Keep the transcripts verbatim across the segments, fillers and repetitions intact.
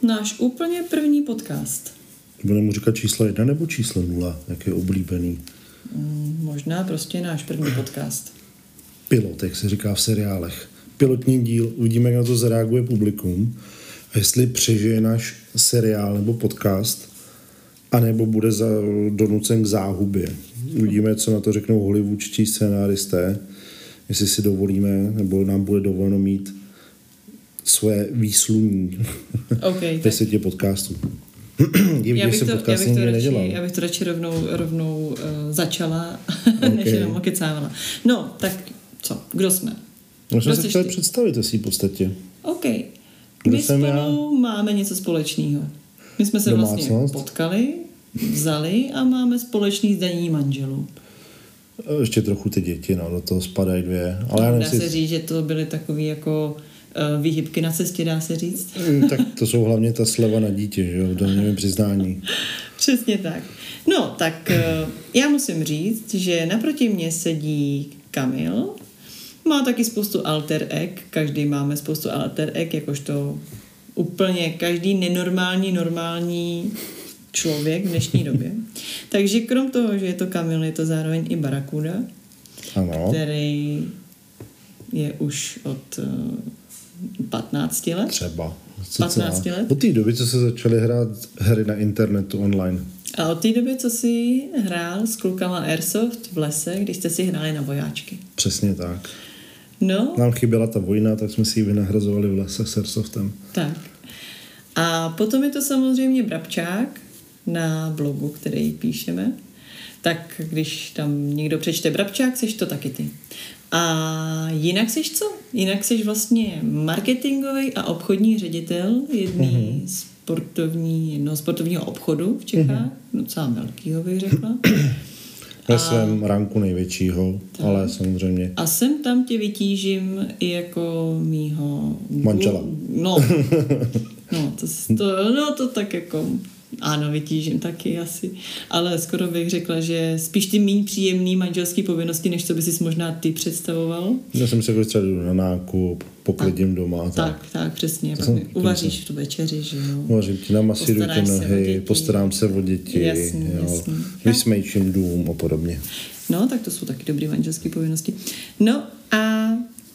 náš úplně první podcast. Budeme mu říkat číslo jedna nebo číslo nula, jak je oblíbený? Mm, možná prostě náš první podcast. Pilot, jak se říká v seriálech. Pilotní díl, uvidíme, jak na to zareaguje publikum a jestli přežije náš seriál nebo podcast, anebo bude za, donucen k záhubě. Uvidíme, co na to řeknou hollywoodští scénáristé, jestli si dovolíme, nebo nám bude dovoleno mít svoje výsluní okay, ve světě podcastů. Díky, já, bych to, já, bych to radši, já bych to radši rovnou, rovnou uh, začala, okay. než jenom okecávala. No, tak co? Kdo jsme? No, jsme se chtěli představit asi v podstatě. OK. My spolu já? máme něco společného. My jsme se Domácnost. vlastně potkali, vzali a máme společný zdanění manželů. Ještě trochu ty děti, no, do toho spadají dvě. Ale no, dá si... se říct, že to byly takový jako uh, výhybky na cestě, dá se říct. Tak to jsou hlavně ta sleva na dítě, že jo, v daňovém přiznání. Přesně tak. No, tak uh, já musím říct, že naproti mně sedí Kamil, má taky spoustu alter egg, každý máme spoustu alter egg, jakožto úplně každý nenormální, normální člověk v dnešní době. Takže krom toho, že je to Kamil, je to zároveň i Barakuda, ano. který je už od uh, patnácti let. Třeba. patnácti let. Od té doby, co se začaly hrát hry na internetu online. A od té doby, co jsi hrál s klukama Airsoft v lese, když jste si hráli na vojáčky. Přesně tak. No. Nám chyběla ta vojna, tak jsme si ji vynahrazovali v lese s Airsoftem. Tak. A potom je to samozřejmě Brabčák na blogu, který píšeme. Tak když tam někdo přečte Brabčák, seš to taky ty. A jinak seš co? Jinak seš vlastně marketingový a obchodní ředitel jedný mm-hmm. sportovní, jednoho sportovního obchodu v Čechách. Mm-hmm. Docela velkýho, bych řekla. Ve svém ranku největšího, tak. Ale samozřejmě. A sem tam tě vytížím i jako mýho... Manžela. No, no, to, to, no, to tak jako... Ano, vytížím taky asi. Ale skoro bych řekla, že spíš ty méně příjemný manželský povinnosti, než co by si možná ty představoval. Já jsem se jako třeba jdu na nákup, poklidím doma. Tak, tak, tak přesně. Pak uvaříš tu večeři, že jo. Uvařím ti, namasíruji ty nohy, postarám se o děti. Jasný, jo. jasný. Vysmejčím dům a podobně. No, tak to jsou taky dobré manželské povinnosti. No a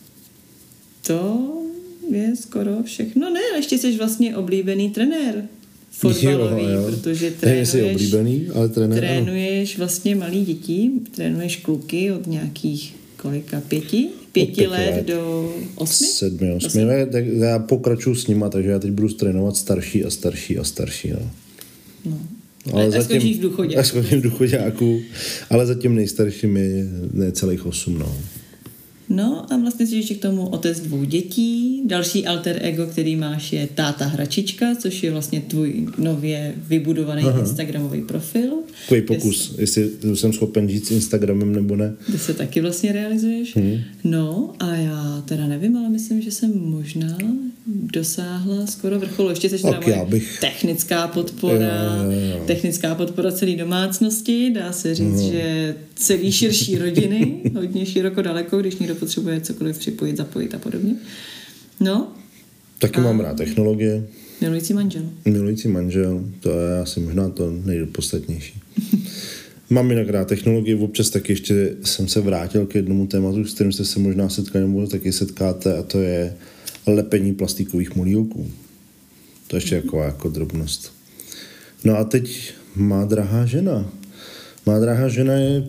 to je skoro všechno. Ne, ještě jsi vlastně oblíbený trenér fotbalový, jo, jo. Protože trénuješ, oblíbený, ale trenér, trénuješ vlastně malý děti, trénuješ kluky od nějakých kolika, pěti? Pěti pěti let, let do osmi? Sedmi, osmi. No, tak já pokračuju s nima, takže já teď budu trénovat starší a starší a starší. No. No. Ale a zatím, skončíš v důchoďáku. A skončím v důchoďáku, ale zatím nejstarším je necelých osm, no. No a vlastně jsi ještě k tomu otec dvou dětí. Další alter ego, který máš, je táta hračička, což je vlastně tvůj nově vybudovaný Aha. instagramový profil. Takový pokus, Des... jestli jsem schopen žít s Instagramem nebo ne. Kde se taky vlastně realizuješ. Hmm. No a já teda nevím, ale myslím, že jsem možná dosáhla skoro vrcholu. Ještě jsi teda moje bych... technická podpora, jo, jo, jo. technická podpora celé domácnosti. Dá se říct, hmm. že celý širší rodiny, hodně široko daleko, když někdo potřebuje cokoliv připojit, zapojit a podobně. No. Taky a mám rád technologie. Milující manžel. Milující manžel, to je asi možná to nejpodstatnější. Mám jinak rád technologie, občas taky ještě jsem se vrátil k jednomu tématu, s kterým jste se možná setkali, nebo taky setkáte, a to je lepení plastikových modílků. To ještě mm. jako, jako drobnost. No a teď má drahá žena. Má drahá žena je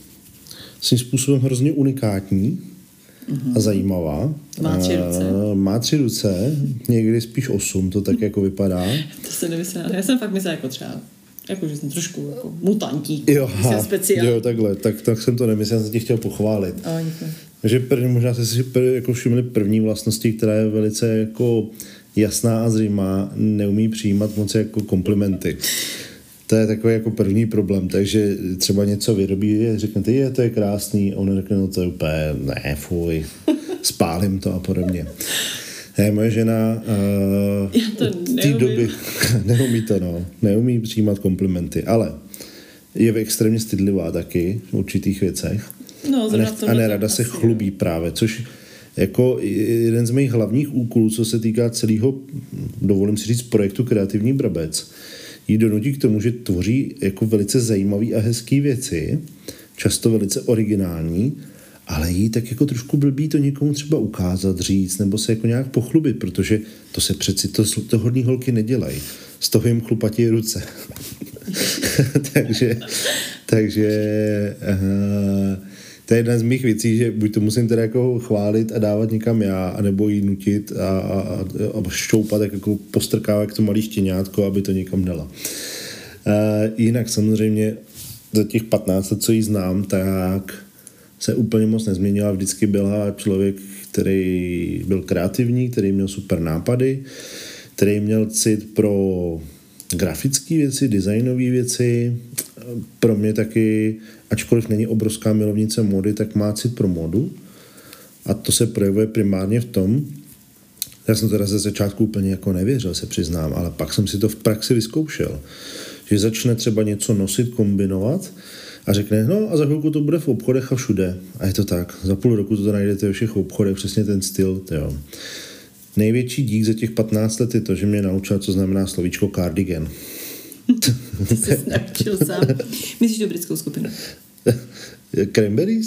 svým způsobem hrozně unikátní mm-hmm. a zajímavá. Má tři ruce. A, má tři ruce, někdy spíš osm, to tak jako vypadá. To se nemyslela. Já jsem fakt myslela jako třeba, jako že jsem trošku jako mutantík. Jo, jsem speciál. jo, takhle, tak, tak jsem to nemyslel, jsem tě chtěl pochválit. Oh, Takže první, možná jste si jako všimli první vlastnosti, která je velice jako jasná a zřejmá, neumí přijímat moc jako komplimenty. To je takový jako první problém, takže třeba něco vyrobí, řeknete, je, to je krásný, a on řekne, no to je úplně, ne, fuj, spálím to a podobně. Je, moje žena uh, Já to v té doby neumí to, no, neumí přijímat komplimenty, ale je extrémně stydlivá taky v určitých věcech. No, a, ne, a nerada se chlubí právě, což jako jeden z mých hlavních úkolů, co se týká celého, dovolím si říct, projektu Kreativní Brabec, jí donutí k tomu, že tvoří jako velice zajímavý a hezký věci, často velice originální, ale jí tak jako trošku blbý to někomu třeba ukázat, říct, nebo se jako nějak pochlubit, protože to se přeci, to, to hodný holky nedělají. Z toho jim chlupatí ruce. takže, takže uh, to je jedna z mých věcí, že buď to musím teda jako chválit a dávat někam já, anebo jí nutit a, a, a, a šťoupat, tak jako postrkávat jak to malý štěňátko, aby to někam dala. Uh, jinak samozřejmě za těch patnáct let, co jí znám, tak se úplně moc nezměnila. Vždycky byla člověk, který byl kreativní, který měl super nápady, který měl cit pro grafické věci, designové věci. Pro mě taky, ačkoliv není obrovská milovnice módy, tak má cit pro módu. A to se projevuje primárně v tom, já jsem teda ze začátku úplně jako nevěřil, se přiznám, ale pak jsem si to v praxi vyzkoušel, že začne třeba něco nosit, kombinovat a řekne, no a za chvilku to bude v obchodech a všude. A je to tak. Za půl roku to najdete ve všech obchodech, přesně ten styl. Jo. Největší dík za těch patnáct let je to, že mě naučil, co znamená slovíčko cardigan. Ty jsi naučil sám. Myslíš tu britskou skupinu? Cranberries?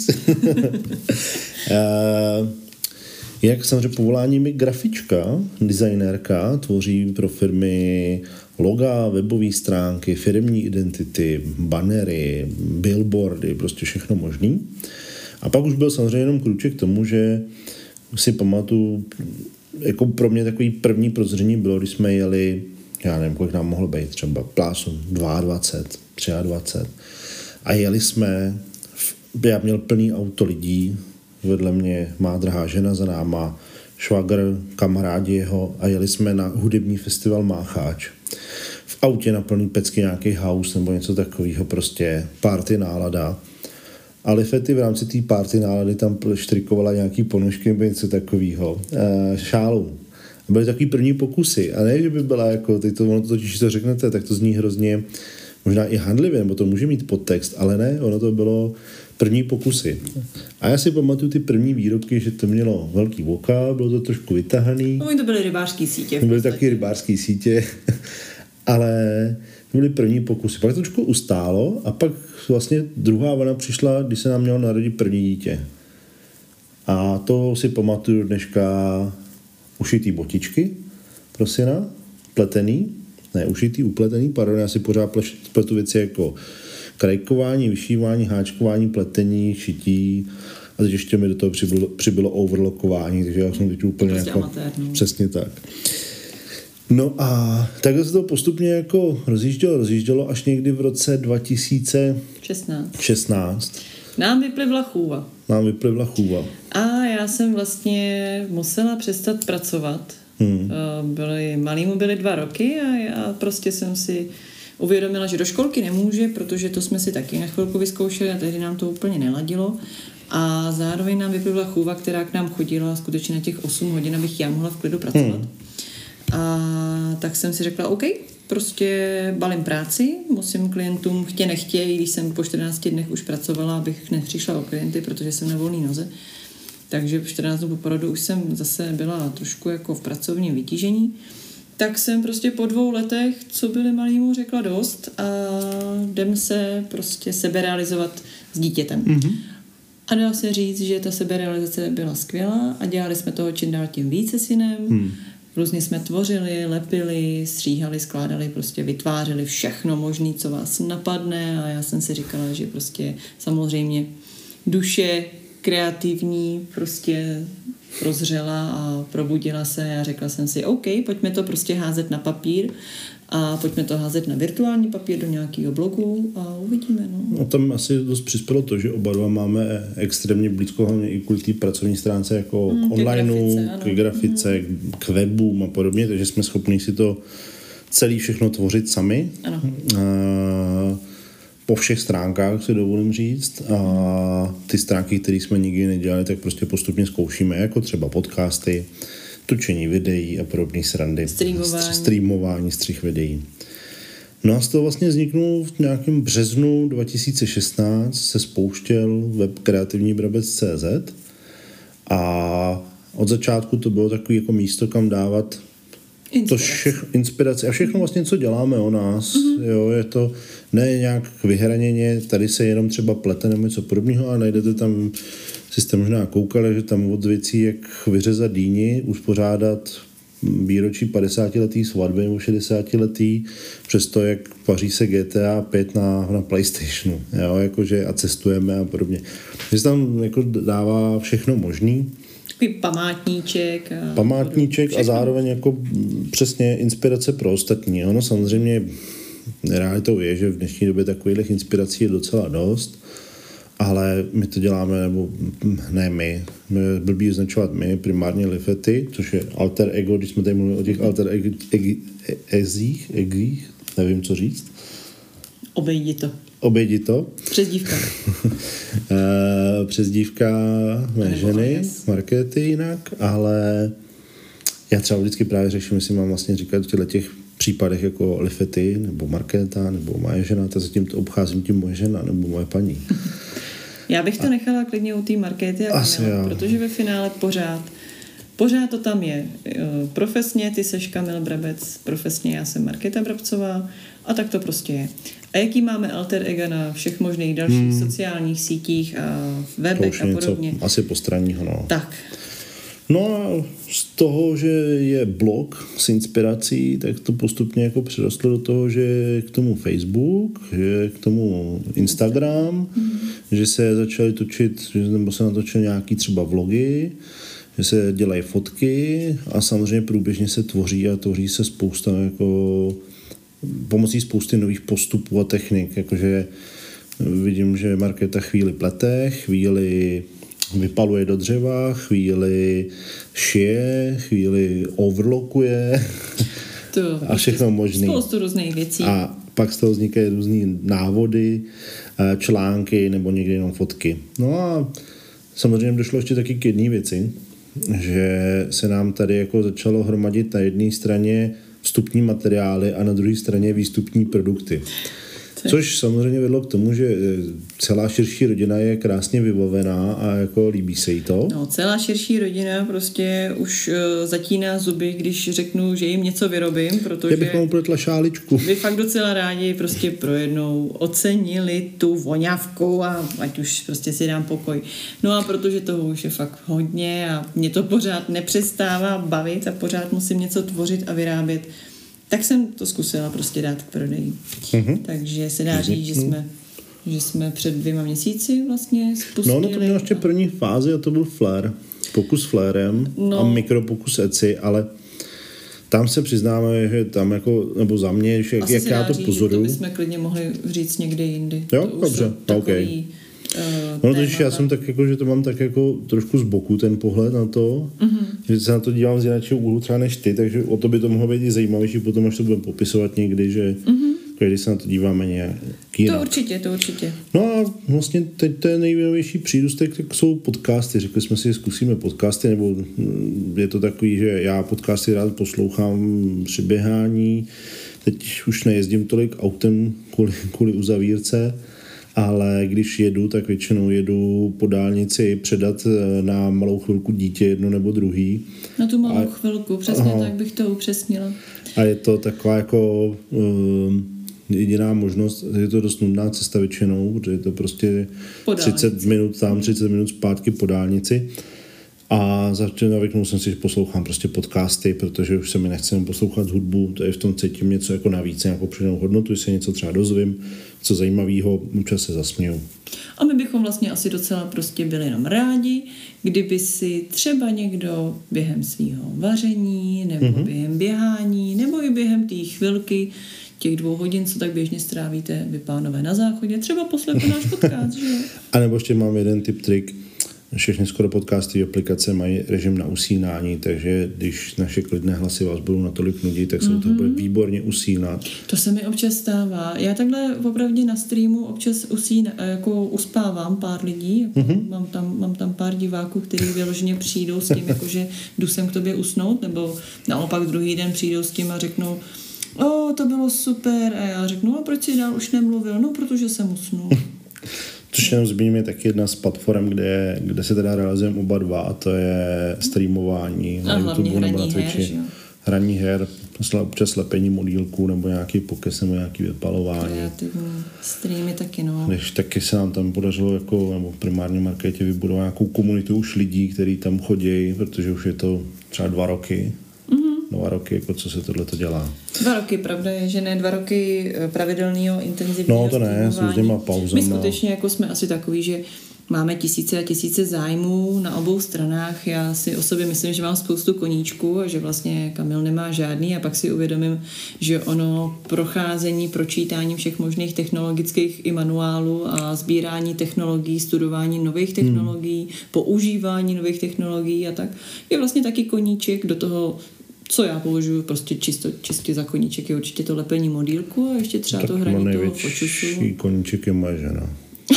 Jak samozřejmě povolání mi grafička, designérka, tvoří pro firmy loga, webové stránky, firemní identity, bannery, billboardy, prostě všechno možný. A pak už byl samozřejmě jenom krůček k tomu, že si pamatuju, jako pro mě takový první prozření bylo, když jsme jeli, já nevím, kolik nám mohlo být, třeba plásun dvacet dva, dvacet tři a jeli jsme, já měl plný auto lidí, vedle mě má drahá žena za náma, švagr, kamarádi jeho a jeli jsme na hudební festival Mácháč. V autě na plný pecky nějaký house nebo něco takového, prostě party nálada. A Lifety v rámci té party nálady tam štrikovala nějaký ponožky nebo něco takového. E, šálu. A byly takový první pokusy. A ne, že by byla jako, teď to, ono to totiž to řeknete, tak to zní hrozně možná i handlivě, nebo to může mít podtext, ale ne, ono to bylo první pokusy. A já si pamatuju ty první výrobky, že to mělo velký voka, bylo to trošku vytahaný. No, to byly rybářský sítě. Byly taky rybářský sítě, ale to byly první pokusy. Pak to trošku ustálo a pak vlastně druhá vlna přišla, když se nám mělo narodit první dítě. A to si pamatuju dneška ušitý botičky pro syna, pletený, ne ušitý, upletený, pardon, já si pořád pletu věci jako krajkování, vyšívání, háčkování, pletení, šití a teď ještě mi do toho přibylo, přibylo overlockování, takže já jsem teď úplně prostě jako amatér, no. Přesně tak. No a takhle se to postupně jako rozjíždělo, rozjíždělo až někdy v roce dva tisíce šestnáct. Nám vyplivla chůva. Nám vyplivla chůva. A já jsem vlastně musela přestat pracovat. Hmm. Byly, malýmu byly dva roky a já prostě jsem si uvědomila, že do školky nemůže, protože to jsme si taky na chvilku vyzkoušeli a tehdy nám to úplně neladilo. A zároveň nám vyplivla chůva, která k nám chodila skutečně na těch osm hodin, abych já mohla v klidu pracovat. Hmm. A tak jsem si řekla, OK, prostě balím práci, musím klientům chtě nechtě, i když jsem po čtrnácti dnech už pracovala, abych nepřišla o klienty, protože jsem na volný noze. Takže po čtrnácti dnů po porodu už jsem zase byla trošku jako v pracovním vytížení. Tak jsem prostě po dvou letech, co byli malýmu, řekla dost a jdem se prostě seberealizovat s dítětem. Mm-hmm. A dá se říct, že ta seberealizace byla skvělá a dělali jsme toho čím dál tím více synem. Mm. Různě jsme tvořili, lepili, stříhali, skládali, prostě vytvářeli všechno možné, co vás napadne a já jsem si říkala, že prostě samozřejmě duše kreativní prostě prozřela a probudila se a řekla jsem si, OK, pojďme to prostě házet na papír a pojďme to házet na virtuální papír do nějakého blogu a uvidíme. No. No tam asi dost přispělo to, že oba dva máme extrémně blízko hlavně i kvůli té pracovní stránce jako mm, k onlineu, k grafice, k, grafice mm. k webům a podobně, takže jsme schopni si to celý všechno tvořit sami. Ano. A po všech stránkách si dovolím říct a ty stránky, které jsme nikdy nedělali, tak prostě postupně zkoušíme, jako třeba podcasty, točení videí a podobných srandy. Streamování. Streamování, střih videí. No a z toho vlastně vzniknul v nějakém březnu dva tisíce šestnáct se spouštěl web kreativní brabec tečka cé zet a od začátku to bylo takový jako místo, kam dávat to všech, inspirace a všechno vlastně, co děláme o nás, mm-hmm. jo, je to ne nějak vyhraněně, tady se jenom třeba plete nebo něco podobného a najdete tam, si jste možná koukali, že tam od věcí, jak vyřezat dýni, uspořádat výročí padesátiletý svatby nebo šedesátiletý, přesto jak paří se G T A pět na, na PlayStationu, jo, jakože a cestujeme a podobně. Takže tam jako dává všechno možný. Takový památníček. A památníček a zároveň jako přesně inspirace pro ostatní. Ono samozřejmě realitou je, že v dnešní době takových inspirací je docela dost, ale my to děláme, nebo ne my, my blbý označovat my, primárně Lifety, což je alter ego, když jsme tady mluvili o těch alter egích, egích, nevím, co říct. Obejdi to. Obejdi to. Přezdívka. Přezdívka mé ženy, Markéty jinak, ale já třeba vždycky právě řeším, jestli mám vlastně říkat v těch případech jako Lifety, nebo Markéta, nebo moje žena, tak zatím to obcházím tím moje žena, nebo moje paní. Já bych to a... nechala klidně u té Markéty a Kamila, protože ve finále pořád Pořád to tam je. Profesně ty seš Kamil Brabec, profesně já jsem Markéta Brabcová a tak to prostě je. A jaký máme alter ega na všech možných dalších hmm. sociálních sítích a webech a podobně. Asi postranního, no. Tak. No a z toho, že je blog s inspirací, tak to postupně jako přerostlo do toho, že je k tomu Facebook, že je k tomu Instagram, hmm. že se začaly točit, nebo se natočily nějaký třeba vlogy, že se dělají fotky a samozřejmě průběžně se tvoří a tvoří se spousta jako pomocí spousty nových postupů a technik, jakože vidím, že Markéta chvíli plete, chvíli vypaluje do dřeva, chvíli šije, chvíli overlockuje to a všechno možné. Spoustu různých věcí. A pak z toho vznikají různý návody, články nebo někdy jenom fotky. No a samozřejmě došlo ještě taky k jedné věci, že se nám tady jako začalo hromadit na jedné straně vstupní materiály a na druhé straně výstupní produkty. Což samozřejmě vedlo k tomu, že celá širší rodina je krásně vybavená a jako líbí se jí to. No, celá širší rodina prostě už uh, zatíná zuby, když řeknu, že jim něco vyrobím, protože... Já bych vám upletla šáličku. Vy fakt docela rádi prostě pro jednou ocenili tu voňavku a ať už prostě si dám pokoj. No a protože toho už je fakt hodně a mě to pořád nepřestává bavit a pořád musím něco tvořit a vyrábět, tak jsem to zkusila prostě dát k prodeji. Mm-hmm. Takže se dá říct, že jsme, že jsme před dvěma měsíci vlastně spustili. No, no to mělo ještě první fázi a to byl Flare. Pokus Flarem no. a mikropokus Etsy, ale tam se přiznáme, že tam jako, nebo za mě, že jak, jak já to pozoruju. Asi to bychom klidně mohli říct někde jindy. Jo, to dobře, okay. Uh, no, takže já jsem tak jako, že to mám tak jako trošku z boku ten pohled na to, uh-huh. že se na to dívám z jiného úhlu třeba než ty, takže o to by to mohlo být i zajímavější potom, až to budeme popisovat někdy, že uh-huh. když se na to díváme nějak jinak. To určitě, to určitě. No a vlastně teď ten největší přírůstek tak jsou podcasty. Řekli jsme si, že zkusíme podcasty, nebo je to takový, že já podcasty rád poslouchám při běhání, teď už nejezdím tolik autem kvůli, kvůli uzavírce, ale když jedu, tak většinou jedu po dálnici předat na malou chvilku dítě, jedno nebo druhý. Na tu malou a, chvilku, přesně aha. tak bych to upřesnila. A je to taková jako uh, jediná možnost, je to dost nudná cesta většinou, protože je to prostě třicet minut tam, třicet minut zpátky po dálnici. A navyknul jsem si, že poslouchám prostě podcasty, protože už se mi nechce poslouchat hudbu, to je v tom cítím něco jako navíc, nějakou přidanou hodnotu, že se něco třeba dozvím, co zajímavého, občas se zasměju. A my bychom vlastně asi docela prostě byli jenom rádi, kdyby si třeba někdo během svého vaření, nebo mm-hmm. během běhání, nebo i během té chvilky, těch dvou hodin, co tak běžně strávíte vy pánové na záchodě, třeba poslechl náš podcast, že jo? A nebo ještě mám jeden tip, trik. Všechny skoro podcasty aplikace mají režim na usínání, takže když naše klidné hlasy vás budou natolik nudit, tak se mm-hmm. to bude výborně usínat. To se mi občas stává. Já takhle opravdu na streamu občas usín, jako uspávám pár lidí. Jako mm-hmm. mám, tam, mám tam pár diváků, kteří vyloženě přijdou s tím, jakože jdu sem k tobě usnout, nebo naopak druhý den přijdou s tím a řeknou, o, to bylo super. A já řeknu, a proč jsi dál už nemluvil? No, protože jsem usnul. Což jenom zmíním je taky jedna z platform, kde, kde se teda realizujeme oba dva a to je streamování na YouTube nebo na Twitchi. Hraní her, občas lepení modílků nebo nějaký pokes nebo nějaký vypalování. Kreativní streamy taky, no. Než taky se nám tam podařilo jako, nebo primárně Markétě vybudovat nějakou komunitu už lidí, kteří tam chodí, protože už je to třeba dva roky. Mm-hmm. Dva roky, jako co se tohle to dělá. Dva roky, pravda je, že ne dva roky pravidelného, intenzivního No to ne, s různýma pauzama. My skutečně jako jsme asi takový, že máme tisíce a tisíce zájmů na obou stranách. Já si o sobě myslím, že mám spoustu koníčků a že vlastně Kamil nemá žádný a pak si uvědomím, že ono procházení, pročítání všech možných technologických i manuálů a sbírání technologií, studování nových technologií, hmm. používání nových technologií a tak je vlastně taky koníček do toho, co já považuji prostě čisto, čistě za koníček, je určitě to lepení modílku a ještě třeba tak to hraní toho fočusu. Koníček je moje žena.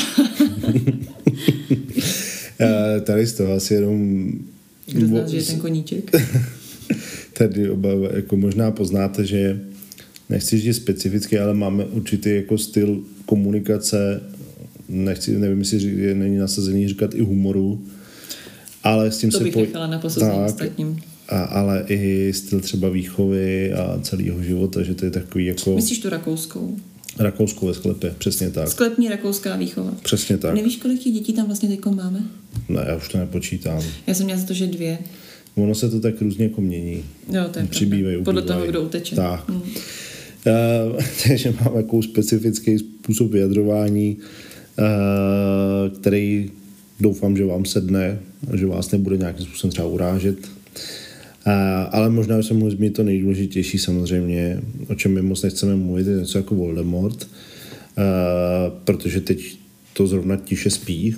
Tady z toho asi jenom... Kdo z nás, že je ten koníček? Tady oba, jako možná poznáte, že nechci říct specificky, ale máme určitý jako styl komunikace, nechci, nevím, jestli je, není nasazený říkat i humoru, ale s tím to se... bych poj- nechala na posledním ostatním. A, ale i styl třeba výchovy a celého života, že to je takový jako... Myslíš tu rakouskou? Rakouskou ve sklepě, přesně tak. Sklepní rakouská výchova. Přesně tak. Nevíš, kolik těch dětí tam vlastně teďko máme? Ne, já už to nepočítám. Já jsem měla za to, že dvě. Ono se to tak různě jako mění. Jo, to je přibývají, pravda. Podle toho, kdo uteče. Tak. Hmm. Uh, takže mám takovou specifický způsob vyjadrování, uh, který doufám, že vám sedne, že vás nebude nějakým způsobem třeba urážet. Uh, ale možná bychom mohli zmínit to nejdůležitější samozřejmě, o čem my moc nechceme mluvit, je něco jako Voldemort, uh, protože teď to zrovna tiše spí.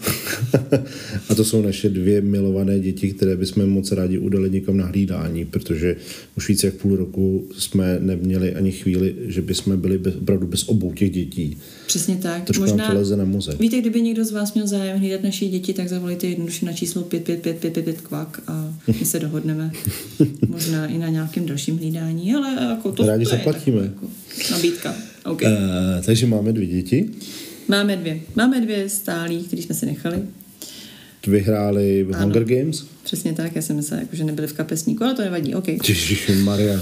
A to jsou naše dvě milované děti, které bychom moc rádi udali někam na hlídání, protože už více jak půl roku jsme neměli ani chvíli, že bychom byli bez, opravdu bez obou těch dětí. Přesně tak. Trošku možná, nám to leze na mozek. Víte, kdyby někdo z vás měl zájem hlídat naše děti, tak zavolejte jednoduše na číslo pět pět pět pět pět kvak a my se dohodneme. Možná i na nějakém dalším hlídání, ale jako to rádi zaplatíme. Jako nabídka. Okay. Uh, takže máme dvě děti. Máme dvě. Máme dvě stálí, které jsme si nechali. Vyhráli v Hunger Games? Přesně tak, já jsem myslela, jako, že nebyli v kapesníku, ale to nevadí, OK. Ježišmarja.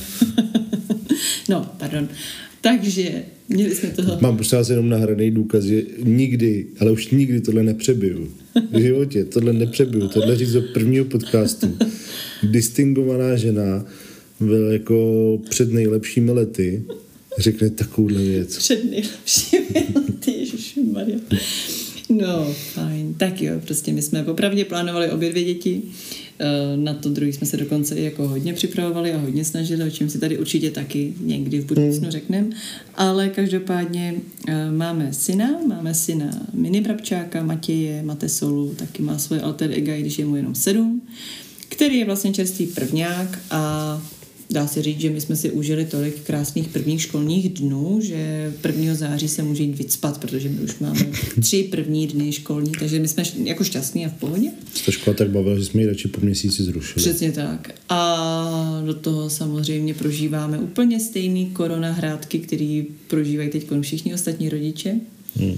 No, pardon. Takže měli jsme toho... Mám prostě asi jenom nahraný důkaz, že nikdy, ale už nikdy tohle nepřebiju. V životě tohle nepřebiju. Tohle říct do prvního podcastu. Distingovaná žena byl jako před nejlepšími lety řekne takovouhle věc. Před nejlepšími lety, ježišmarja. No, fajn. Tak jo, prostě my jsme popravdě plánovali obě dvě děti. Na to druhý jsme se dokonce i jako hodně připravovali a hodně snažili, o čem si tady určitě taky někdy v budoucnu hmm. řekneme. Ale každopádně máme syna, máme syna mini brabčáka, Matěje, Matesolu, taky má svoje alter ego, i když je mu jenom sedm, který je vlastně čerstvý prvňák a dá se říct, že my jsme si užili tolik krásných prvních školních dnů, že prvního září se může jít vycpat, protože my už máme tři první dny školní, takže my jsme jako šťastní a v pohodě. Ta škola tak bavila, že jsme ji radši po měsíci zrušili. Přesně tak. A do toho samozřejmě prožíváme úplně stejný korona hrátky, který prožívají teď všichni ostatní rodiče. Hmm.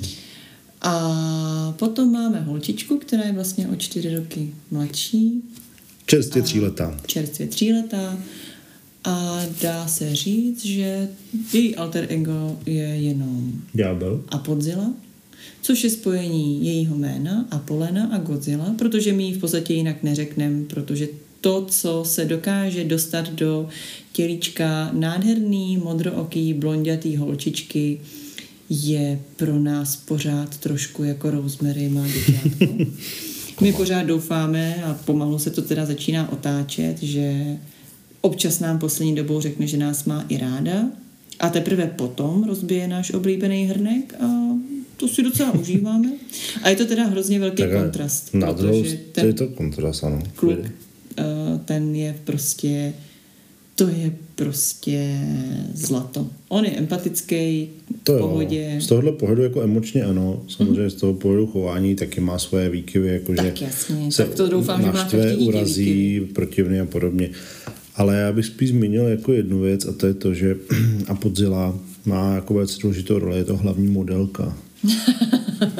A potom máme holčičku, která je vlastně o čtyři roky mladší. Čerstvě tříletá. Čerstvě tříletá. A dá se říct, že její alter ego je jenom Ďábel a Podzilla, což je spojení jejího jména Apolena a Godzilla, protože my ji v podstatě jinak neřekneme, protože to, co se dokáže dostat do tělíčka nádherný, modrooký, blondětý holčičky, je pro nás pořád trošku jako Rosemary má děťátko. My pořád doufáme a pomalu se to teda začíná otáčet, že občas nám poslední dobou řekne, že nás má i ráda a teprve potom rozbije náš oblíbený hrnek a to si docela užíváme. A je to teda hrozně velký tak kontrast. Protože ten je to kontrast, ano. Kluk, ten je prostě, to je prostě zlato. On je empatický, to v pohodě. Jo. Z tohohle pohledu jako emočně ano, samozřejmě mm. z toho pohledu chování taky má svoje výkyvy, jako tak že jasně. se tak to doufám, naštve, že má urazí, protivný a podobně. Ale já bych spíš zmínil jako jednu věc a to je to, že a Podzilla má jako velice důležitou roli, je to hlavní modelka.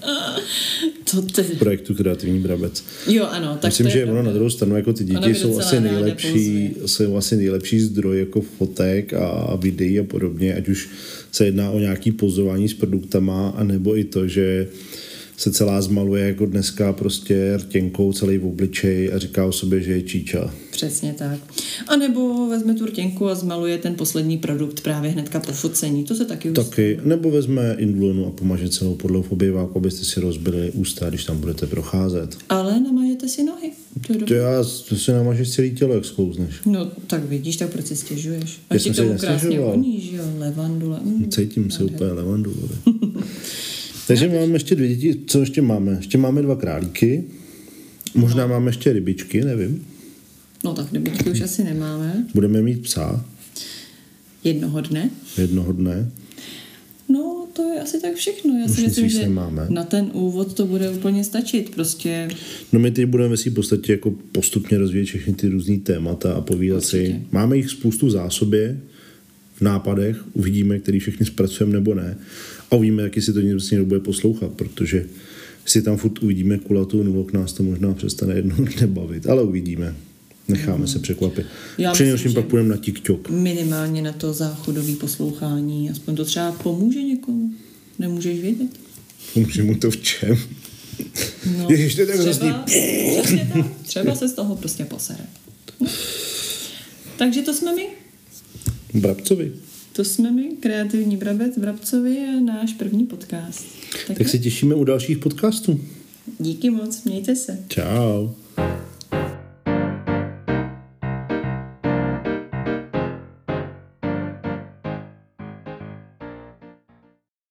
To te... projektu Kreativní brabec. Jo, ano. Tak myslím, to je že ono na druhou stranu, jako ty děti jsou asi nejlepší, jsou asi nejlepší zdroj jako fotek a videí a podobně, ať už se jedná o nějaký pozování s produktama, anebo i to, že se celá zmaluje jako dneska prostě rtěnkou celý v obličej a říká o sobě, že je číča. Přesně tak. A nebo vezme tu rtěnku a zmaluje ten poslední produkt právě hnedka po focení. To se taky ustane. Taky. Nebo vezme indulonu a pomaže celou podlahu v oběváku, abyste si rozbili ústa, když tam budete procházet. Ale namažete si nohy. To, je to já, to si namažeš celý tělo, jak sklouzneš. No, tak vidíš, tak proč si stěžuješ? A ti tomu krásně voní, že jo? Levandule. Mm, Cítím se úplně levandulově. Takže máme ještě dvě děti. Co ještě máme? Ještě máme dva králíky. Možná no. máme ještě rybičky, nevím. No tak rybičky už asi nemáme. Budeme mít psa. Jednoho dne. Jednoho dne. No, to je asi tak všechno. Já si myslím, že nemáme. Na ten úvod to bude úplně stačit. Prostě... No my teď budeme si v podstatě jako postupně rozvíjet všechny ty různý témata a povídat Určitě. si. Máme jich spoustu v zásobě, v nápadech. Uvidíme, který všechny zpracujeme nebo ne. A uvidíme, jak si to někdo bude poslouchat, protože si tam furt uvidíme kulatou nulok, nás to možná přestane jednou nebavit, ale uvidíme. Necháme mm. se překvapit. Přinejmenším pak půjdeme na TikTok. Minimálně na to záchodové poslouchání, aspoň to třeba pomůže někomu. Nemůžeš vědět. Pomůže mu to v čem? No, Ježiš, to je tak hrozný. Třeba, třeba se z toho prostě posere. No. Takže to jsme my. Brabcovi. To jsme my, Kreativní brabec Brabcovi je náš první podcast. Tak, tak se těšíme u dalších podcastů. Díky moc, mějte se. Čau.